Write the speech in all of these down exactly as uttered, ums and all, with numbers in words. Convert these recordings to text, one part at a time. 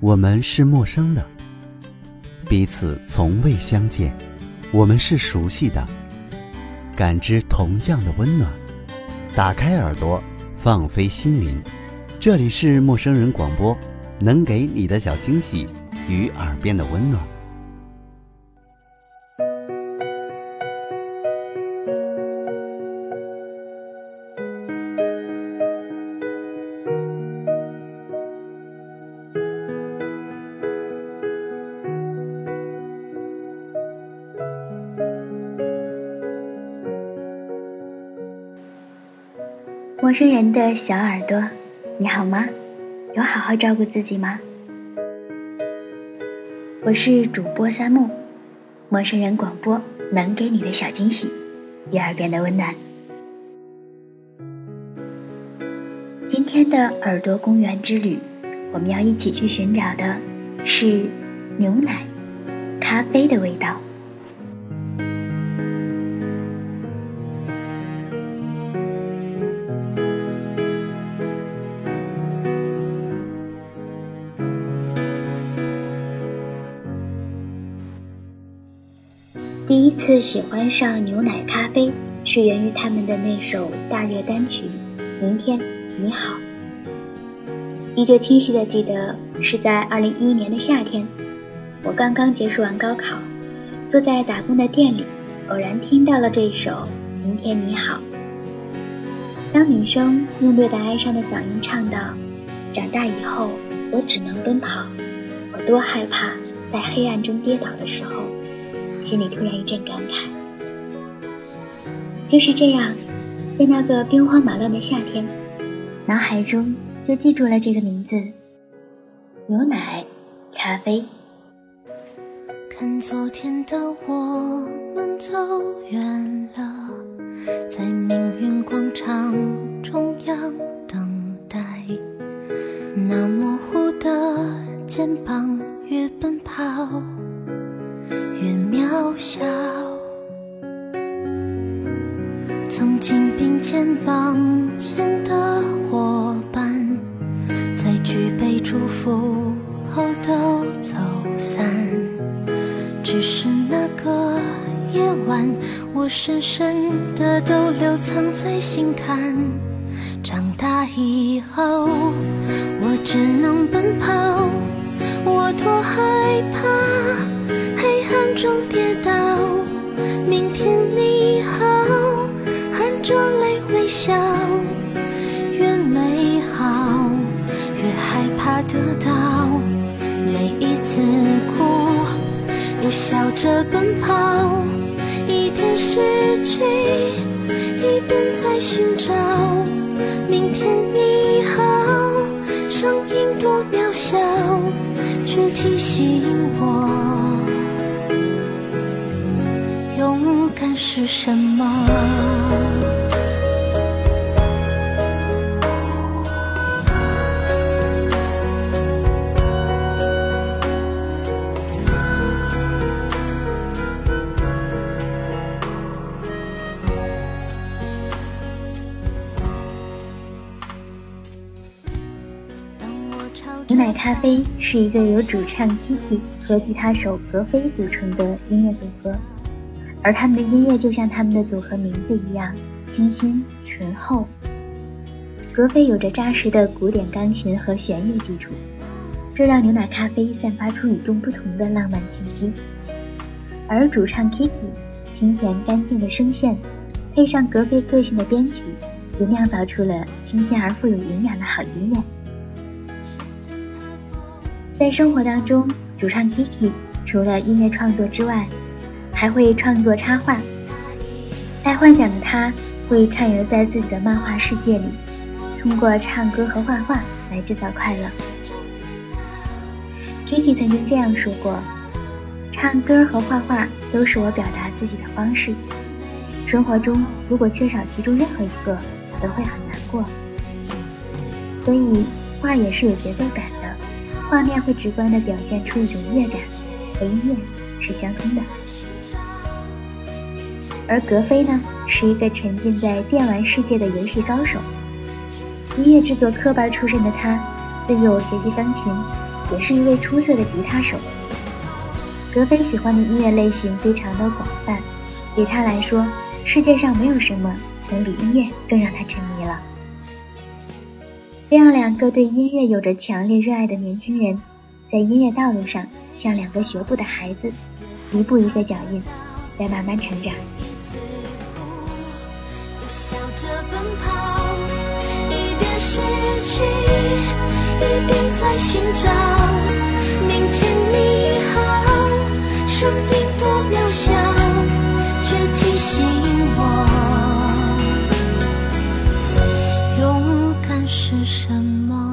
我们是陌生的，彼此从未相见，我们是熟悉的，感知同样的温暖。打开耳朵，放飞心灵，这里是陌生人广播，能给你的小惊喜与耳边的温暖。 陌生人的小耳朵，你好吗？有好好照顾自己吗？我是主播三木，陌生人广播能给你的小惊喜，与耳边的温暖。今天的耳朵公园之旅，我们要一起去寻找的是牛奶、咖啡的味道。第一次喜欢上牛奶咖啡，是源于他们的那首大热单曲《明天你好》。依旧清晰地记得是在二零一一年的夏天，我刚刚结束完高考，坐在打工的店里，偶然听到了这首《明天你好》。当女生用略带哀伤的嗓音唱到长大以后我只能奔跑，我多害怕在黑暗中跌倒的时候，心里突然一阵感慨。就是这样，在那个兵荒马乱的夏天，脑海中就记住了这个名字：牛奶咖啡。 看昨天的我们走远了，在命运广场中央等待，那模糊的肩膀越奔跑越渺小，曾经并肩往前的伙伴，在举杯祝福后都走散，只是那个夜晚，我深深的都留藏在心坎。长大以后我只能奔跑，我多害怕黑暗中跌倒，明天你好，含着泪微笑，越美好越害怕得到，每一次哭又笑着奔跑，一边失去一边在寻找，明天你好，声音多渺小，却提醒我勇敢是什么。 牛奶咖啡是一个由主唱 Kiki 和吉他手格飞组成的音乐组合，而他们的音乐就像他们的组合名字一样，清新醇厚。格飞有着扎实的古典钢琴和弦乐基础，这让牛奶咖啡散发出与众不同的浪漫气息。而主唱 Kiki 清甜干净的声线，配上格飞个性的编曲，就酿造出了清新而富有营养的好音乐。在生活当中，主唱 Kiki 除了音乐创作之外，还会创作插画。爱幻想的他会畅游在自己的漫画世界里，通过唱歌和画画来制造快乐。Kiki 曾经这样说过，唱歌和画画都是我表达自己的方式，生活中如果缺少其中任何一个，我都会很难过。所以画也是有节奏感的，画面会直观地表现出一种乐感，和音乐是相通的。而格飞呢，是一个沉浸在电玩世界的游戏高手。音乐制作科班出身的他，自幼学习钢琴， 也是一位出色的吉他手。格菲喜欢的音乐类型非常的广泛，对他来说，世界上没有什么能比音乐更让他沉迷了。这样两个对音乐有着强烈热爱的年轻人，在音乐道路上像两个学步的孩子，一步一个脚印，在慢慢成长。 着奔跑，一边失去，一边在寻找明天你好。生命多渺小，却提醒我，勇敢是什么。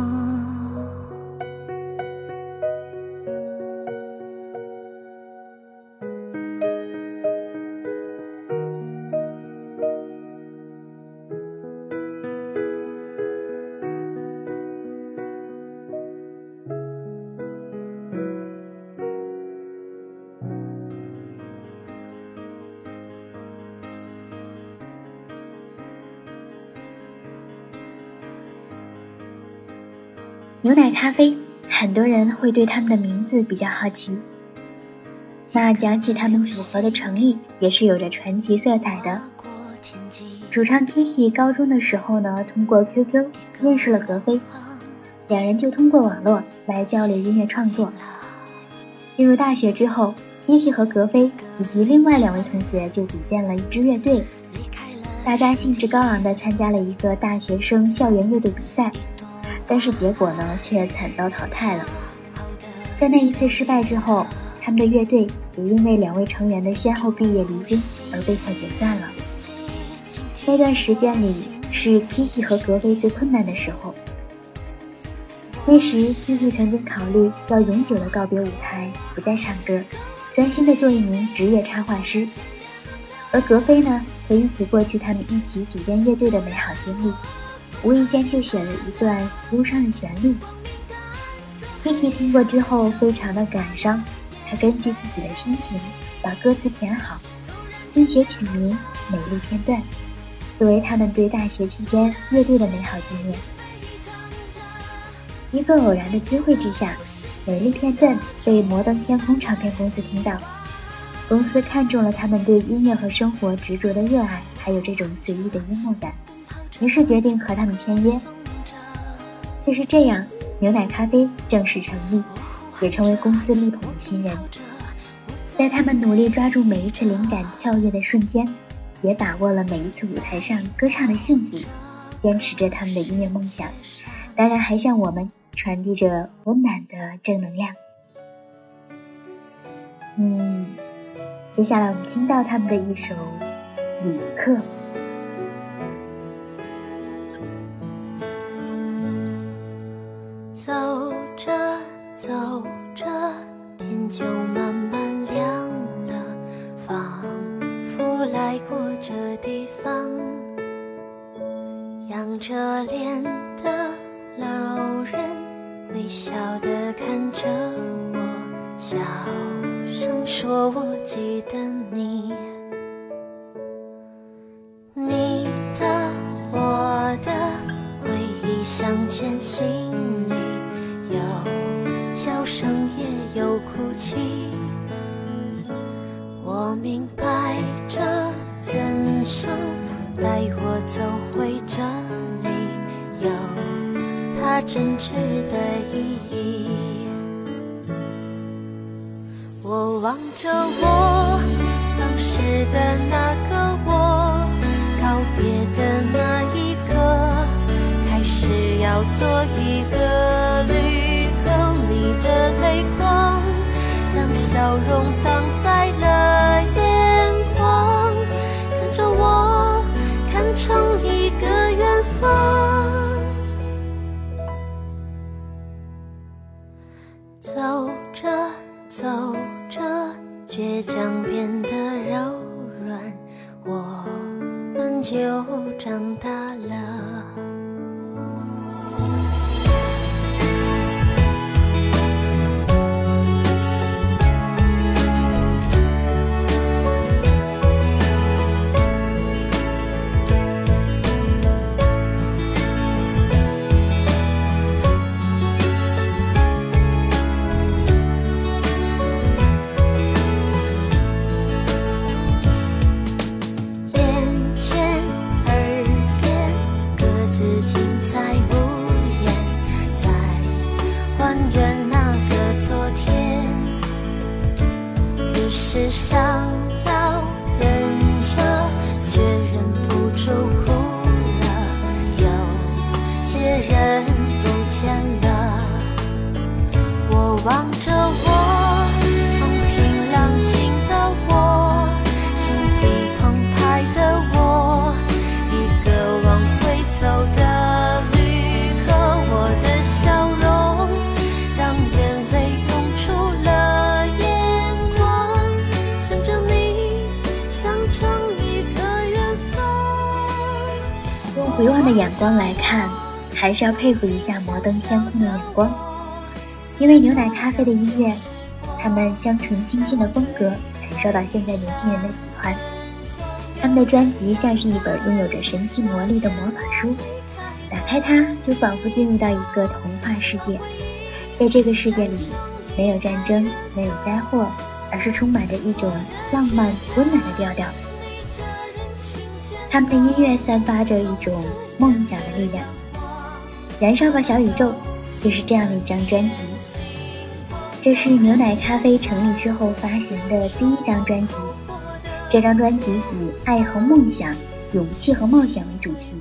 牛奶咖啡，很多人会对他们的名字比较好奇。那讲起他们组合的成立，也是有着传奇色彩的。主唱 Kiki 高中的时候呢，通过 Q Q 认识了格菲，两人就通过网络来交流音乐创作。进入大学之后， Kiki 和格菲以及另外两位同学就组建了一支乐队，大家兴致高昂地参加了一个大学生校园乐队比赛，但是结果呢却惨遭淘汰了。在那一次失败之后，他们的乐队也因为两位成员的先后毕业离军而被迫解散了。那段时间里是 Kiki 和格菲最困难的时候，那时 Kiki 曾经考虑要永久的告别舞台，不再唱歌，专心的做一名职业插画师。而格菲呢，回忆起过去他们一起组建乐队的美好经历，无意间就写了一段忧伤的旋律。 Kiki 听过之后非常的感伤，他根据自己的心情把歌词填好，并且取名美丽片段，作为他们对大学期间乐队的美好纪念。一个偶然的机会之下，美丽片段被摩登天空唱片公司听到，公司看中了他们对音乐和生活执着的热爱，还有这种随意的幽默感，于是决定和他们签约。就是这样，牛奶咖啡正式成立，也成为公司力捧的新人。在他们努力抓住每一次灵感跳跃的瞬间，也把握了每一次舞台上歌唱的幸福，坚持着他们的音乐梦想，当然还向我们传递着温暖的正能量。嗯，接下来我们听到他们的一首《旅客》。 走着走着，天就慢慢亮了，仿佛来过这地方。仰着脸的老人微笑地看着我，小声说我记得你，你的我的回忆向前行，有笑声也有哭泣，我明白这人生带我走回这里，有它真挚的意义。我望着我当时的那个我，告别的那一刻，开始要做一个旅客，你的泪光让笑容挡在了眼眶，看着我看成一个远方。走着走着，倔强变得柔软，我们就长大了。 是想要忍着，却忍不住哭了。有些人不见了，我望着我风平浪静的我，心底澎湃的我，一个往回走的旅客。我的笑容让眼泪涌出了眼眶，想着你，想成一个远方。 用回望的眼光来看，还是要佩服一下摩登天空的眼光。因为牛奶咖啡的音乐，他们香醇清新的风格很受到现在年轻人的喜欢。他们的专辑像是一本拥有着神奇魔力的魔法书，打开它就仿佛进入到一个童话世界。在这个世界里，没有战争，没有灾祸，而是充满着一种浪漫温暖的调调。他们的音乐散发着一种梦想的力量。燃烧吧小宇宙就是这样的一张专辑，这是牛奶咖啡成立之后发行的第一张专辑。这张专辑以爱和梦想、勇气和冒险为主题。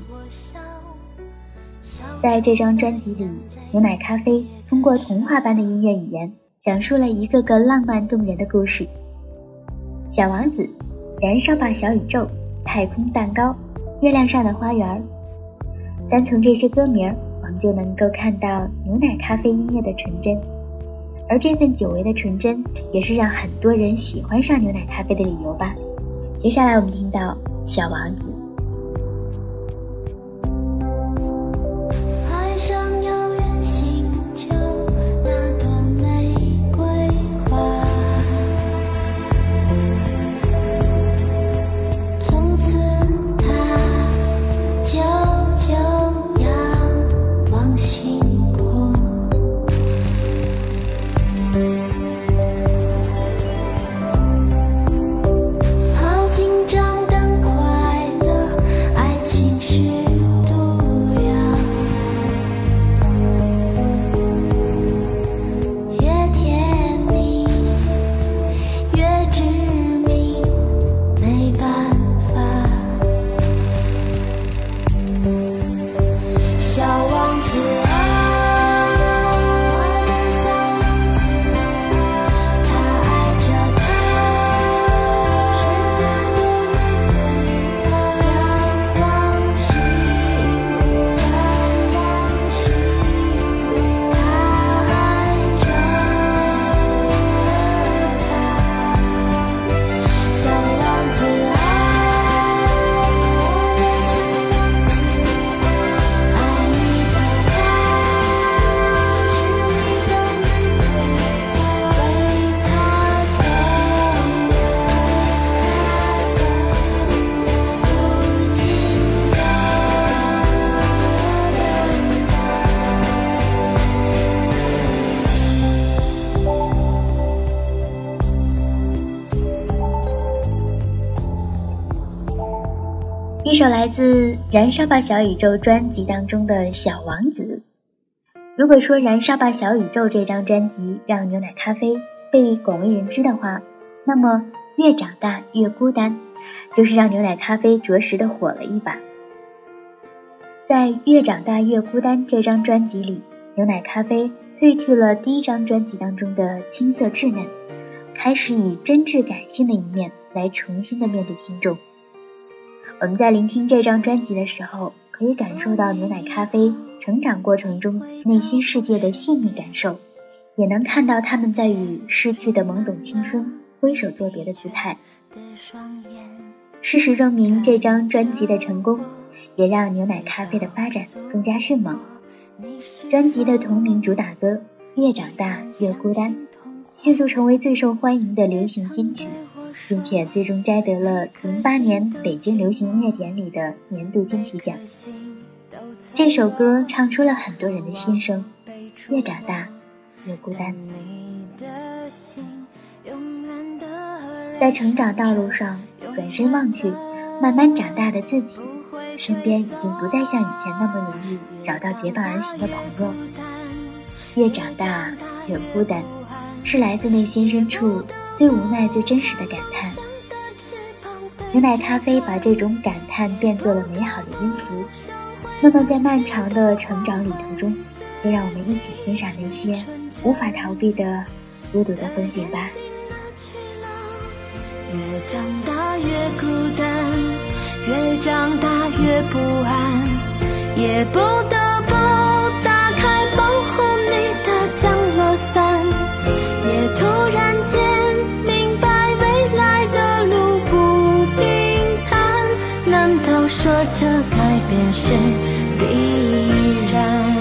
在这张专辑里，牛奶咖啡通过童话般的音乐语言，讲述了一个个浪漫动人的故事。小王子、燃烧吧小宇宙、太空蛋糕、月亮上的花园，单从这些歌名我们就能够看到牛奶咖啡音乐的纯真，而这份久违的纯真也是让很多人喜欢上牛奶咖啡的理由吧。接下来我们听到小王子。 爱上遥远星球那朵玫瑰花，从此它久久仰望星空。好紧张但快乐，爱情是毒药，越甜蜜越致命，没办法。小王子啊，小王子，他爱着她，是那朵玫瑰，仰望星空，仰望星空，他爱着她。小王子啊，小王子，爱你的他，是你的玫瑰，为他等我，无尽的等一首来自燃烧吧小宇宙专辑当中的小王子。如果说燃烧吧小宇宙这张专辑让牛奶咖啡被广为人知的话，那么越长大越孤单就是让牛奶咖啡着实的火了一把。在越长大越孤单这张专辑里，牛奶咖啡褪去了第一张专辑当中的青涩稚嫩，开始以真挚感性的一面来重新的面对听众。我们在聆听这张专辑的时候，可以感受到牛奶咖啡成长过程中内心世界的细腻感受，也能看到他们在与逝去的懵懂青春挥手作别的姿态。事实证明，这张专辑的成功也让牛奶咖啡的发展更加迅猛。专辑的同名主打歌《越长大越孤单》迅速成为最受欢迎的流行金曲，并且最终摘得了零八年北京流行音乐典礼的年度金曲奖。这首歌唱出了很多人的心声，越长大越孤单。在成长道路上转身望去，慢慢长大的自己，身边已经不再像以前那么容易找到结伴而行的朋友。越长大越孤单，是来自内心深处最无奈最真实的感叹。牛奶咖啡把这种感叹变作了美好的音符。那么在漫长的成长旅途中，就让我们一起欣赏那些无法逃避的孤独的风景吧。 越长大越孤单，越长大越不安，也不得不打开保护你的降落伞，也突然间明白未来的路不平坦，难道说这改变是必然？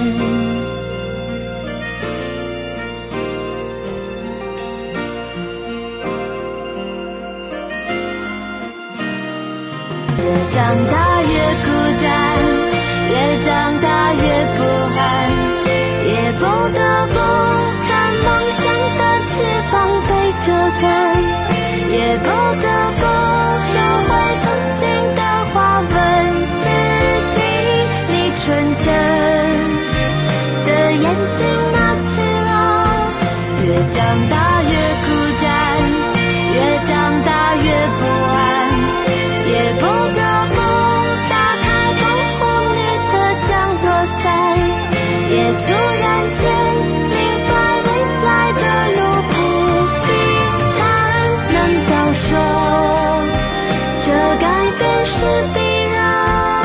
越长大越孤单，越长大越不安，也不得不看梦想的翅膀被折断，也不得不收回曾经的话，问自己你纯真的眼睛哪去了？越长大越孤单，越长大越不安，也不得不打开保护你的降落伞，也突然间明白未来的路不平坦，难道说这改变是必然？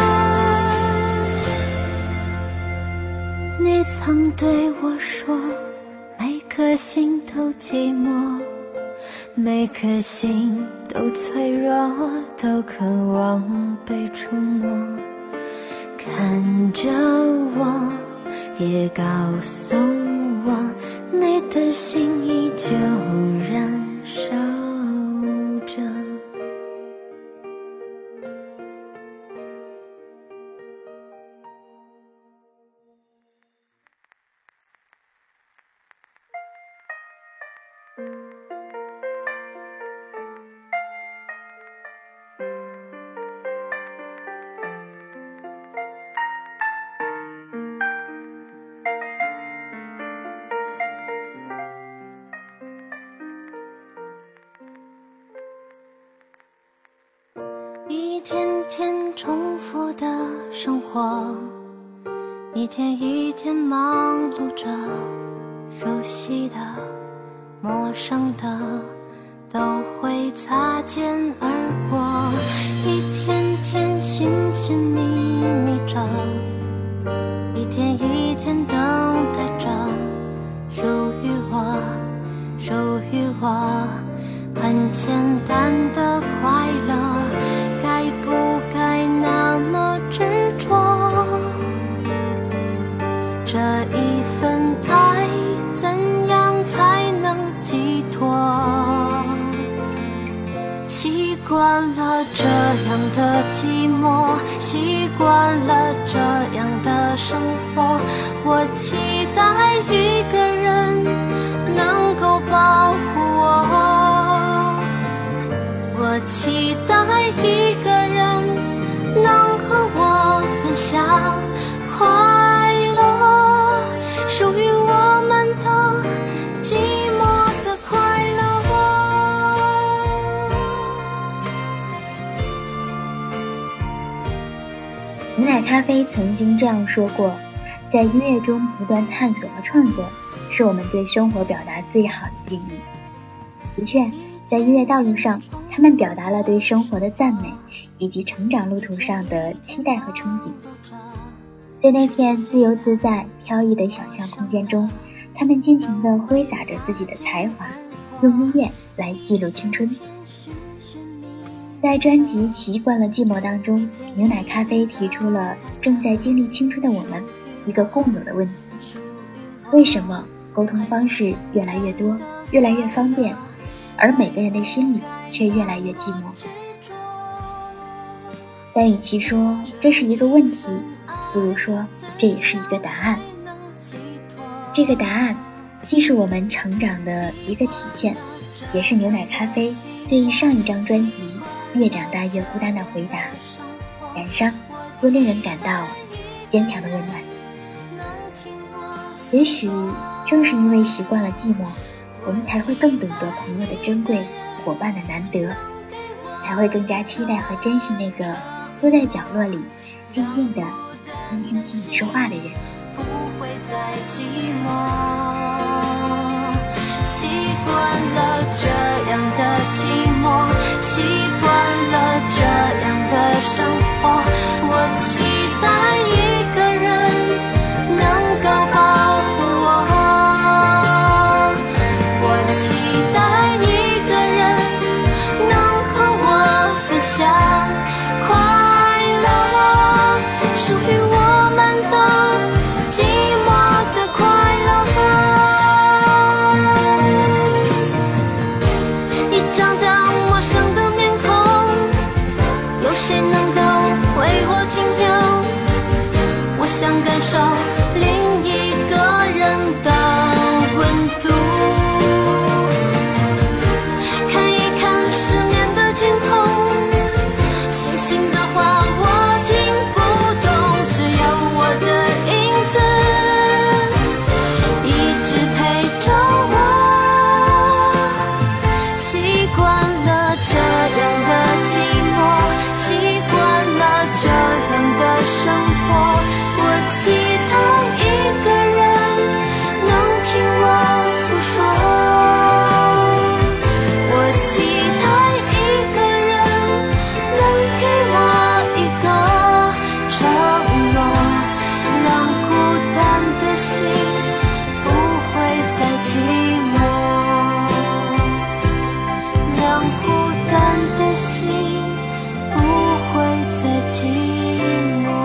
你曾对我说，每颗心都寂寞，每颗心都脆弱，都渴望被触摸，看着我，也告诉我，你的心依旧燃烧着。一天天重复的生活，一天一天忙碌着，熟悉的陌生的都会擦肩而过，一天天寻寻觅觅着，一天一天等待着属于我属于我很简单的快乐，该不该那么执着？这一份爱怎样才能寄托？习惯了这样的寂寞，习惯了这样的生活，我期待一个人能够保护我，我期待一个人能和我分享快乐，属于我们的寂寞的快乐。 牛奶咖啡曾经这样说过，在音乐中不断探索和创作，是我们对生活表达最好的定义。的确，在音乐道路上，他们表达了对生活的赞美，以及成长路途上的期待和憧憬。在那片自由自在、飘逸的想象空间中，他们尽情地挥洒着自己的才华，用音乐来记录青春。在专辑《习惯了寂寞》当中，牛奶咖啡提出了正在经历青春的我们一个共有的问题：为什么沟通方式越来越多，越来越方便，而每个人的心里却越来越寂寞？但与其说这是一个问题，不如说这也是一个答案。这个答案既是我们成长的一个体现，也是牛奶咖啡对于上一张专辑《越长大越孤单》的回答，感伤又令人感到坚强的温暖。也许正是因为习惯了寂寞， 我们才会更懂得朋友的珍贵，伙伴的难得，才会更加期待和珍惜那个坐在角落里静静的温馨听你说话的人。 不会再寂寞，习惯了这样的寂寞，习惯了这样的生活，我期待一个人能够保护我，我期待一个人能和我分享快乐，属于我们的寂寞的快乐。一张张陌生的面孔，有谁能够为我停留？我想感受另一个人的温度，看一看失眠的天空，星星的话我听不懂，只有我的影子一直陪着我，习惯了这样的寂寞，习惯了这样的生活，我期待一个人能听我诉说，我期待一个人能给我一个承诺，让孤单的心不会再寂寞，让孤单的心不会再寂寞。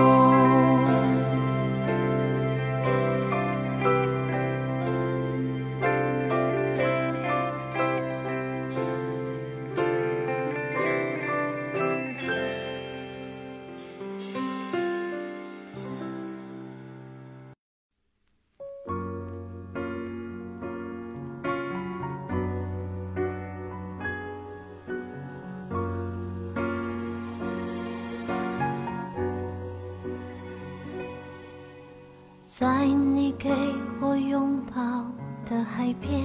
在你给我拥抱的海边，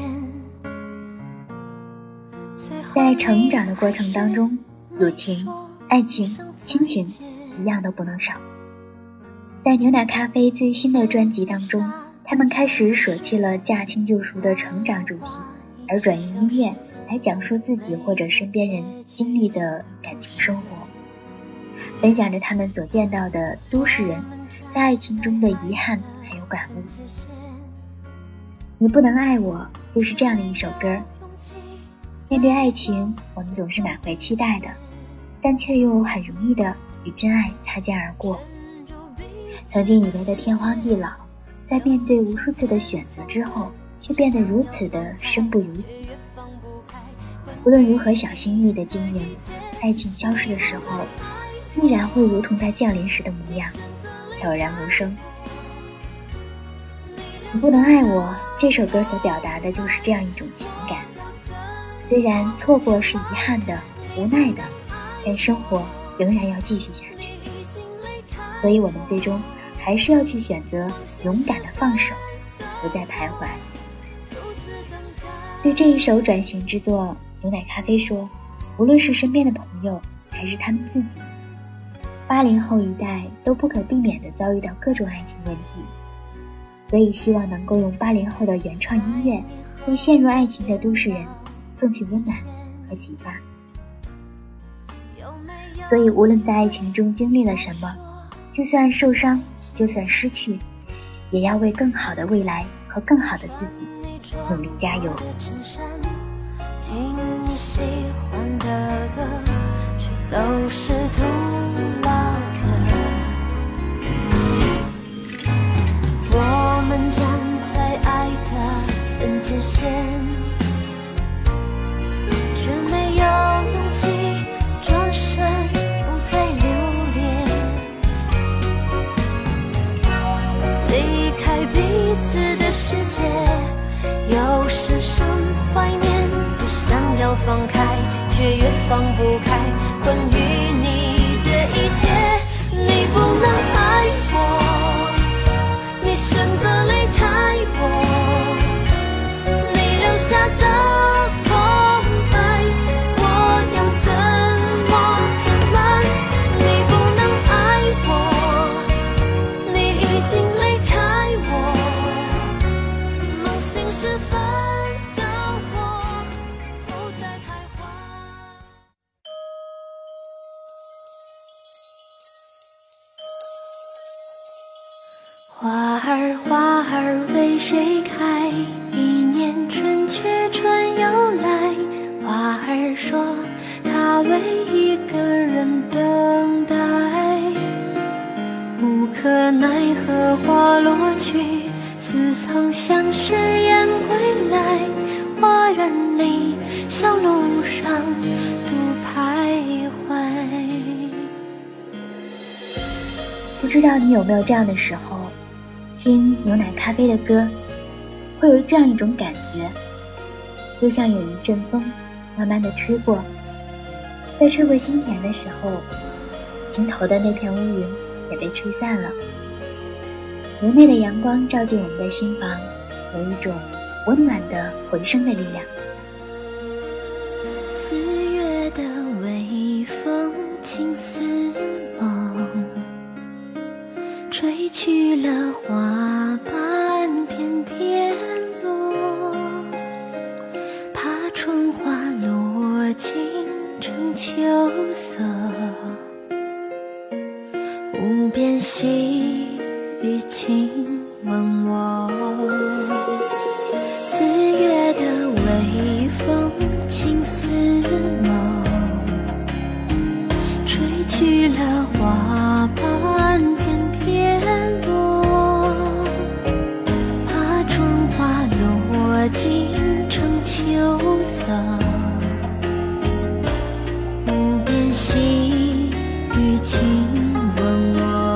在成长的过程当中，友情、爱情、亲情一样都不能少。在牛奶咖啡最新的专辑当中，他们开始舍弃了驾轻就熟的成长主题，而转用音乐来讲述自己或者身边人经历的感情生活，分享着他们所见到的都市人在爱情中的遗憾还有感悟。你不能爱我，就是这样的一首歌。面对爱情，我们总是满怀期待的，但却又很容易的与真爱擦肩而过。曾经以为的天荒地老，在面对无数次的选择之后，却变得如此的身不由己。无论如何小心翼翼的经营，爱情消失的时候，依然会如同它降临时的模样，悄然无声。你不能爱我，这首歌所表达的就是这样一种情感。虽然错过是遗憾的、无奈的，但生活仍然要继续下去。所以我们最终还是要去选择勇敢的放手，不再徘徊。对这一首转型之作，牛奶咖啡说，无论是身边的朋友还是他们自己，八零后一代都不可避免地遭遇到各种爱情问题，所以希望能够用八零后的原创音乐，为陷入爱情的都市人送去温暖和启发。所以无论在爱情中经历了什么，就算受伤，就算失去，也要为更好的未来和更好的自己努力加油。 听你喜欢的歌，却都是徒劳的。我们站在爱的分界线，却没有勇气转身，不再留恋。离开彼此的世界，有时深怀念，越想要放开，却越放不开。关于你的一切，你不能爱我，你选择离开我，你留下谁开？一年春去春又来，花儿说它为一个人等待，无可奈何花落去，似曾相识燕归来，花园里小路上独徘徊。 不知道你有没有这样的时候，听牛奶咖啡的歌，会有这样一种感觉，就像有一阵风慢慢的吹过，在吹过心田的时候，心头的那片乌云也被吹散了，明媚的阳光照进我们的心房，有一种温暖的回声的力量。 四月的微风轻似梦，吹去了花瓣片片落，怕春花落尽成秋色，无边细雨轻吻我。四月的微风轻似梦，吹去了花瓣片片落，怕春花落尽成秋色，无边细雨轻吻我。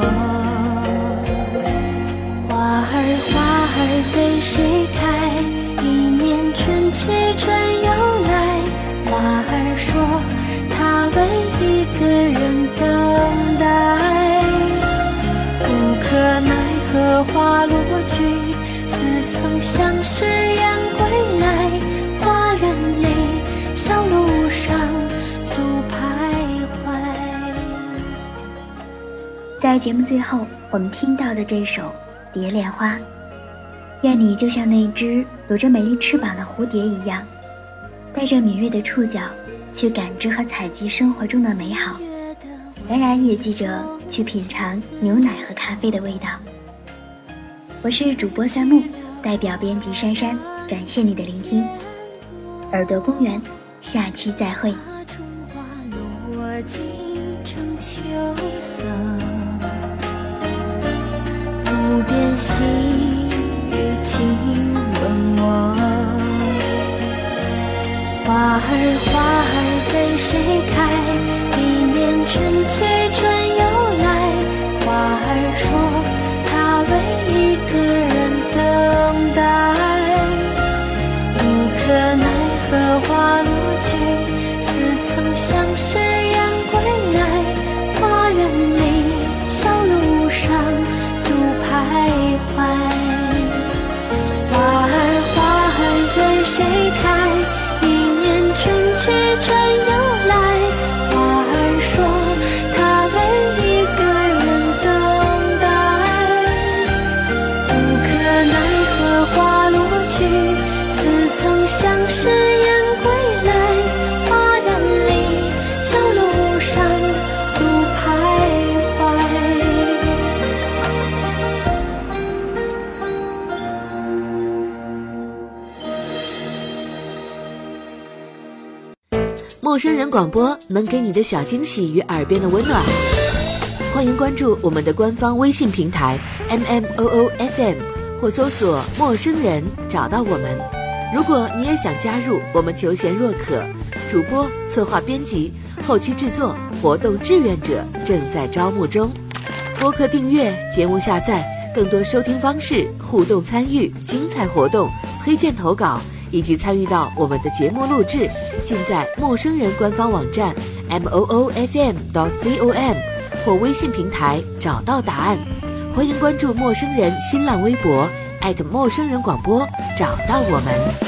花儿花儿为谁开？一年春去春又来，花儿说它为一个人等待，无可奈何花落去，似曾相识燕归来，花园里小路上独徘徊。 在节目最后，我们听到的这首《蝶恋花》，愿你就像那只有着美丽翅膀的蝴蝶一样，带着敏锐的触角去感知和采集生活中的美好，当然也记着去品尝牛奶和咖啡的味道。我是主播三木，代表编辑珊珊，感谢你的聆听。耳朵公园，下期再会。 春花落尽成秋色，无边细雨轻吻我。花儿花儿为谁开？一年春去春又来，花儿说它为一个人等待，无可奈何花落去，似曾相识燕归来，花园里小路上独徘徊。花儿花儿为谁开？一年春去春又来，花儿说它为一个人等待，无可奈何花落去，似曾相识燕归来，花园里小路上独徘徊。 陌生人广播能给你的小惊喜与耳边的温暖，欢迎关注我们的官方微信平台 M M O O F M 或搜索陌生人找到我们。如果你也想加入，我们求贤若渴，主播、策划编辑、后期制作、活动志愿者正在招募中。播客订阅、节目下载、更多收听方式、互动参与、精彩活动、推荐投稿以及参与到我们的节目录制，尽在陌生人官方网站 M O O F M 到 C O M 或微信平台找到答案。欢迎关注陌生人新浪微博艾特陌生人广播，找到我们。